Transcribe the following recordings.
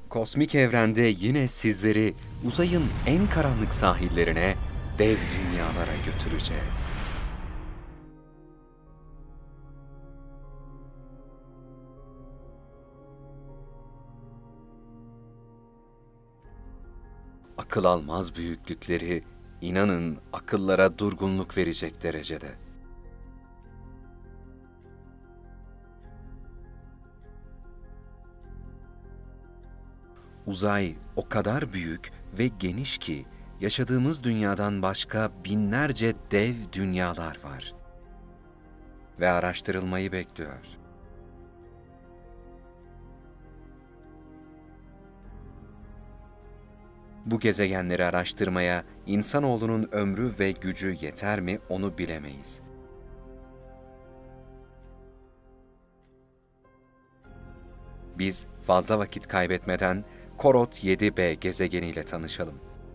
Kosmik evrende yine sizleri uzayın en karanlık sahillerine, dev dünyalara götüreceğiz. Akıl almaz büyüklükleri, inanın akıllara durgunluk verecek derecede. Uzay o kadar büyük ve geniş ki yaşadığımız dünyadan başka binlerce dev dünyalar var ve araştırılmayı bekliyor. Bu gezegenleri araştırmaya insanoğlunun ömrü ve gücü yeter mi onu bilemeyiz. Biz fazla vakit kaybetmeden Korot 7b gezegeniyle tanışalım.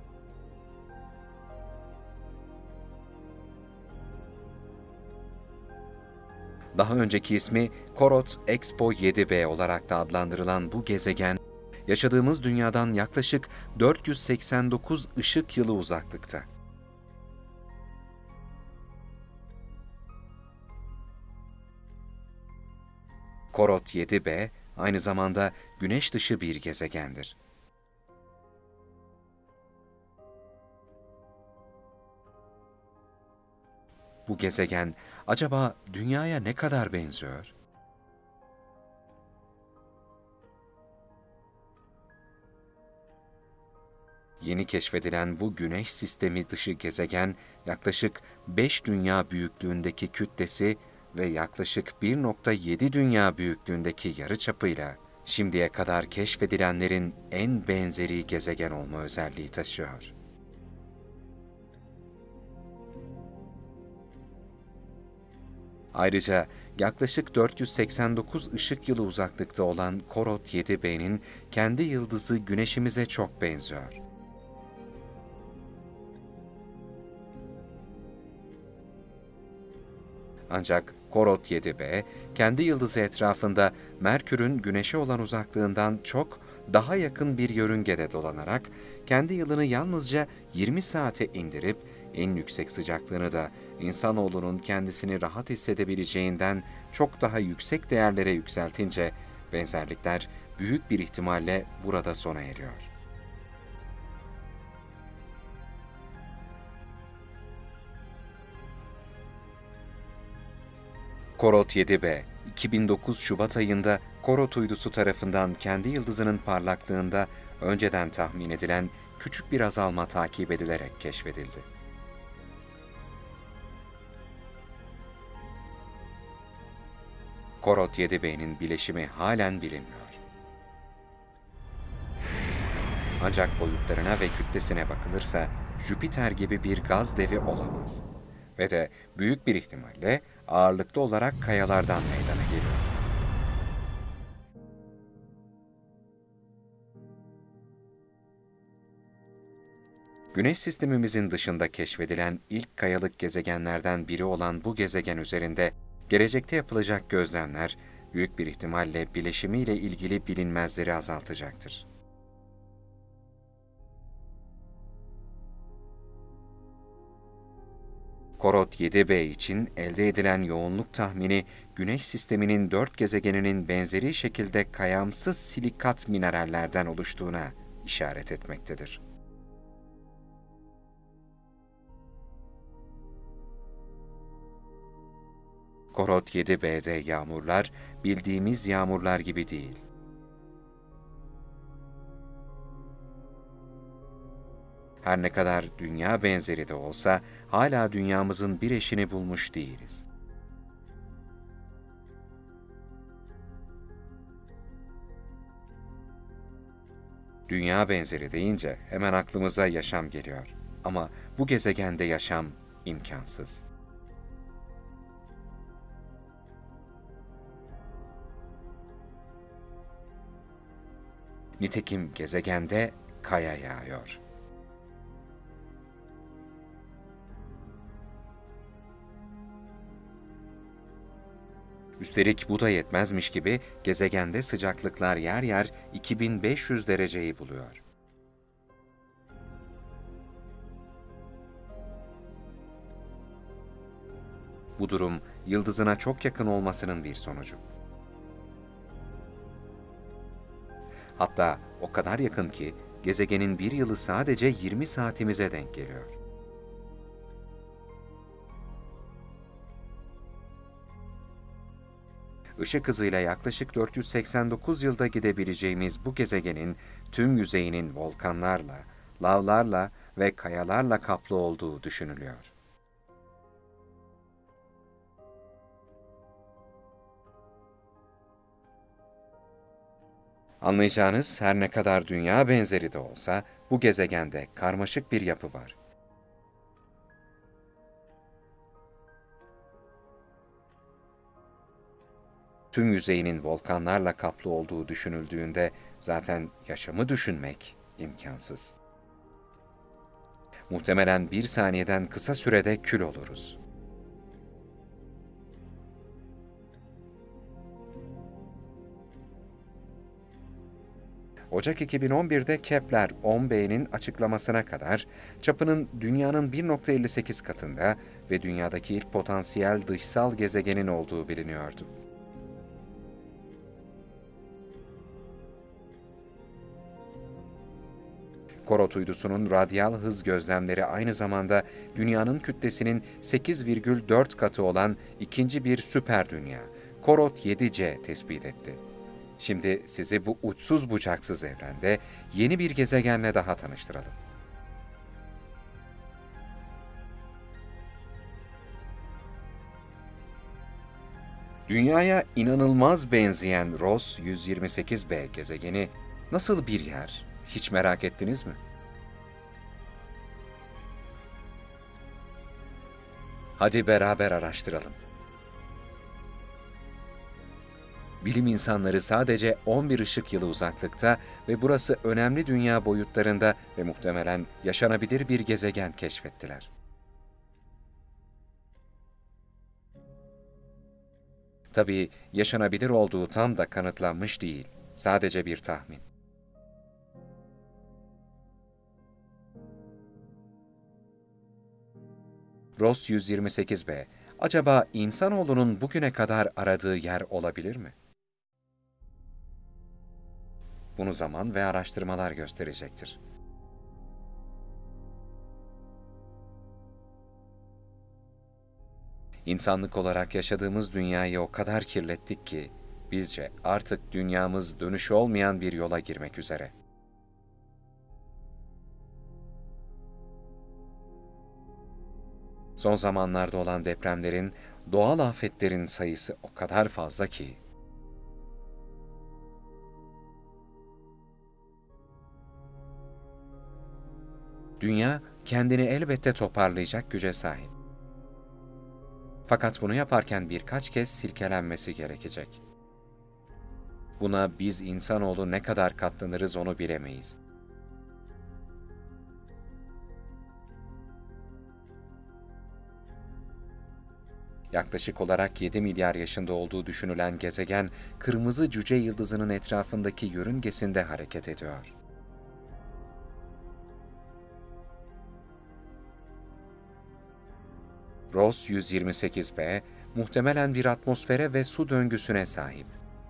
Daha önceki ismi Korot Expo 7b olarak da adlandırılan bu gezegen, yaşadığımız dünyadan yaklaşık 489 ışık yılı uzaklıkta. Korot 7b aynı zamanda güneş dışı bir gezegendir. Bu gezegen acaba Dünya'ya ne kadar benziyor? Yeni keşfedilen bu Güneş sistemi dışı gezegen yaklaşık 5 dünya büyüklüğündeki kütlesi ve yaklaşık 1,7 dünya büyüklüğündeki yarıçapıyla şimdiye kadar keşfedilenlerin en benzeri gezegen olma özelliği taşıyor. Ayrıca yaklaşık 489 ışık yılı uzaklıkta olan Korot 7b'nin kendi yıldızı Güneşimize çok benziyor. Ancak Korot 7b, kendi yıldızı etrafında Merkür'ün Güneş'e olan uzaklığından çok daha yakın bir yörüngede dolanarak kendi yılını yalnızca 20 saate indirip en yüksek sıcaklığını da insanoğlunun kendisini rahat hissedebileceğinden çok daha yüksek değerlere yükseltince benzerlikler büyük bir ihtimalle burada sona eriyor. Korot 7b, 2009 Şubat ayında Korot uydusu tarafından kendi yıldızının parlaklığında önceden tahmin edilen küçük bir azalma takip edilerek keşfedildi. Korot 7b'nin bileşimi halen bilinmiyor. Ancak boyutlarına ve kütlesine bakılırsa Jüpiter gibi bir gaz devi olamaz ve de büyük bir ihtimalle ağırlıklı olarak kayalardan meydana geliyor. Güneş sistemimizin dışında keşfedilen ilk kayalık gezegenlerden biri olan bu gezegen üzerinde gelecekte yapılacak gözlemler büyük bir ihtimalle bileşimiyle ilgili bilinmezleri azaltacaktır. Korot 7b için elde edilen yoğunluk tahmini, Güneş sisteminin 4 gezegeninin benzeri şekilde kayamsı silikat minerallerden oluştuğuna işaret etmektedir. Korot 7b'de yağmurlar bildiğimiz yağmurlar gibi değil. Her ne kadar dünya benzeri de olsa hala dünyamızın bir eşini bulmuş değiliz. Dünya benzeri deyince hemen aklımıza yaşam geliyor. Ama bu gezegende yaşam imkansız. Nitekim gezegende kaya yağıyor. Üstelik bu da yetmezmiş gibi gezegende sıcaklıklar yer yer 2500 dereceyi buluyor. Bu durum yıldızına çok yakın olmasının bir sonucu. Hatta o kadar yakın ki gezegenin bir yılı sadece 20 saatimize denk geliyor. Işık hızıyla yaklaşık 489 yılda gidebileceğimiz bu gezegenin tüm yüzeyinin volkanlarla, lavlarla ve kayalarla kaplı olduğu düşünülüyor. Anlayacağınız her ne kadar dünya benzeri de olsa bu gezegende karmaşık bir yapı var. Tüm yüzeyinin volkanlarla kaplı olduğu düşünüldüğünde zaten yaşamı düşünmek imkansız. Muhtemelen bir saniyeden kısa sürede kül oluruz. Ocak 2011'de Kepler-10b'nin açıklamasına kadar çapının Dünya'nın 1,58 katında ve Dünya'daki ilk potansiyel dışsal gezegenin olduğu biliniyordu. Korot uydusunun radyal hız gözlemleri aynı zamanda Dünya'nın kütlesinin 8,4 katı olan ikinci bir süper dünya, Korot 7C tespit etti. Şimdi sizi bu uçsuz bucaksız evrende yeni bir gezegenle daha tanıştıralım. Dünya'ya inanılmaz benzeyen Ross 128b gezegeni nasıl bir yer? Hiç merak ettiniz mi? Hadi beraber araştıralım. Bilim insanları sadece 11 ışık yılı uzaklıkta ve burası önemli dünya boyutlarında ve muhtemelen yaşanabilir bir gezegen keşfettiler. Tabii yaşanabilir olduğu tam da kanıtlanmış değil, sadece bir tahmin. Ross 128b, acaba insanoğlunun bugüne kadar aradığı yer olabilir mi? Bunu zaman ve araştırmalar gösterecektir. İnsanlık olarak yaşadığımız dünyayı o kadar kirlettik ki, bizce artık dünyamız dönüşü olmayan bir yola girmek üzere. Son zamanlarda olan depremlerin, doğal afetlerin sayısı o kadar fazla ki, dünya kendini elbette toparlayacak güce sahip. Fakat bunu yaparken birkaç kez silkelenmesi gerekecek. Buna biz insanoğlu ne kadar katlanırız onu bilemeyiz. Yaklaşık olarak 7 milyar yaşında olduğu düşünülen gezegen, kırmızı cüce yıldızının etrafındaki yörüngesinde hareket ediyor. Ross 128b, muhtemelen bir atmosfere ve su döngüsüne sahip.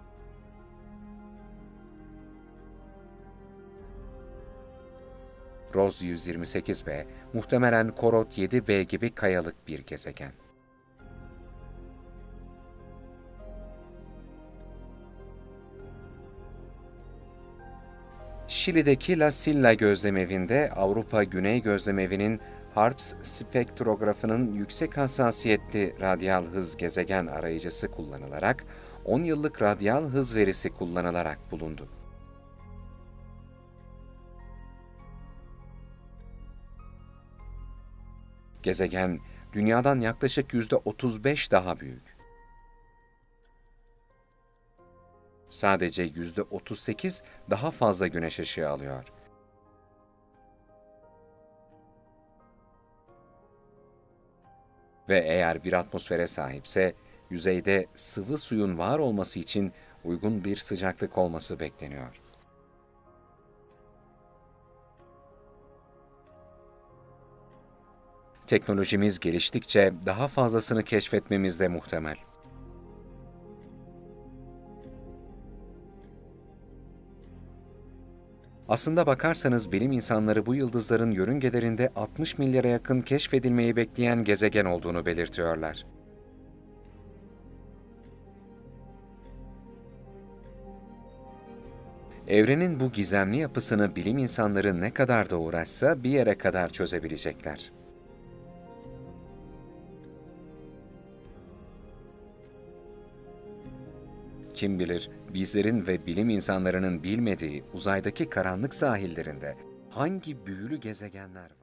Ross 128b, muhtemelen Korot 7b gibi kayalık bir gezegen. Şili'deki La Silla gözlemevinde Avrupa Güney Gözlemevi'nin HARPS spektrografının yüksek hassasiyetli radyal hız gezegen arayıcısı kullanılarak 10 yıllık radyal hız verisi kullanılarak bulundu. Gezegen, Dünya'dan yaklaşık %35 daha büyük. Sadece %38 daha fazla güneş ışığı alıyor. Ve eğer bir atmosfere sahipse, yüzeyde sıvı suyun var olması için uygun bir sıcaklık olması bekleniyor. Teknolojimiz geliştikçe daha fazlasını keşfetmemiz de muhtemel. Aslında bakarsanız bilim insanları bu yıldızların yörüngelerinde 60 milyara yakın keşfedilmeyi bekleyen gezegen olduğunu belirtiyorlar. Evrenin bu gizemli yapısını bilim insanları ne kadar da uğraşsa bir yere kadar çözebilecekler. Kim bilir, bizlerin ve bilim insanlarının bilmediği uzaydaki karanlık sahillerinde hangi büyülü gezegenler var?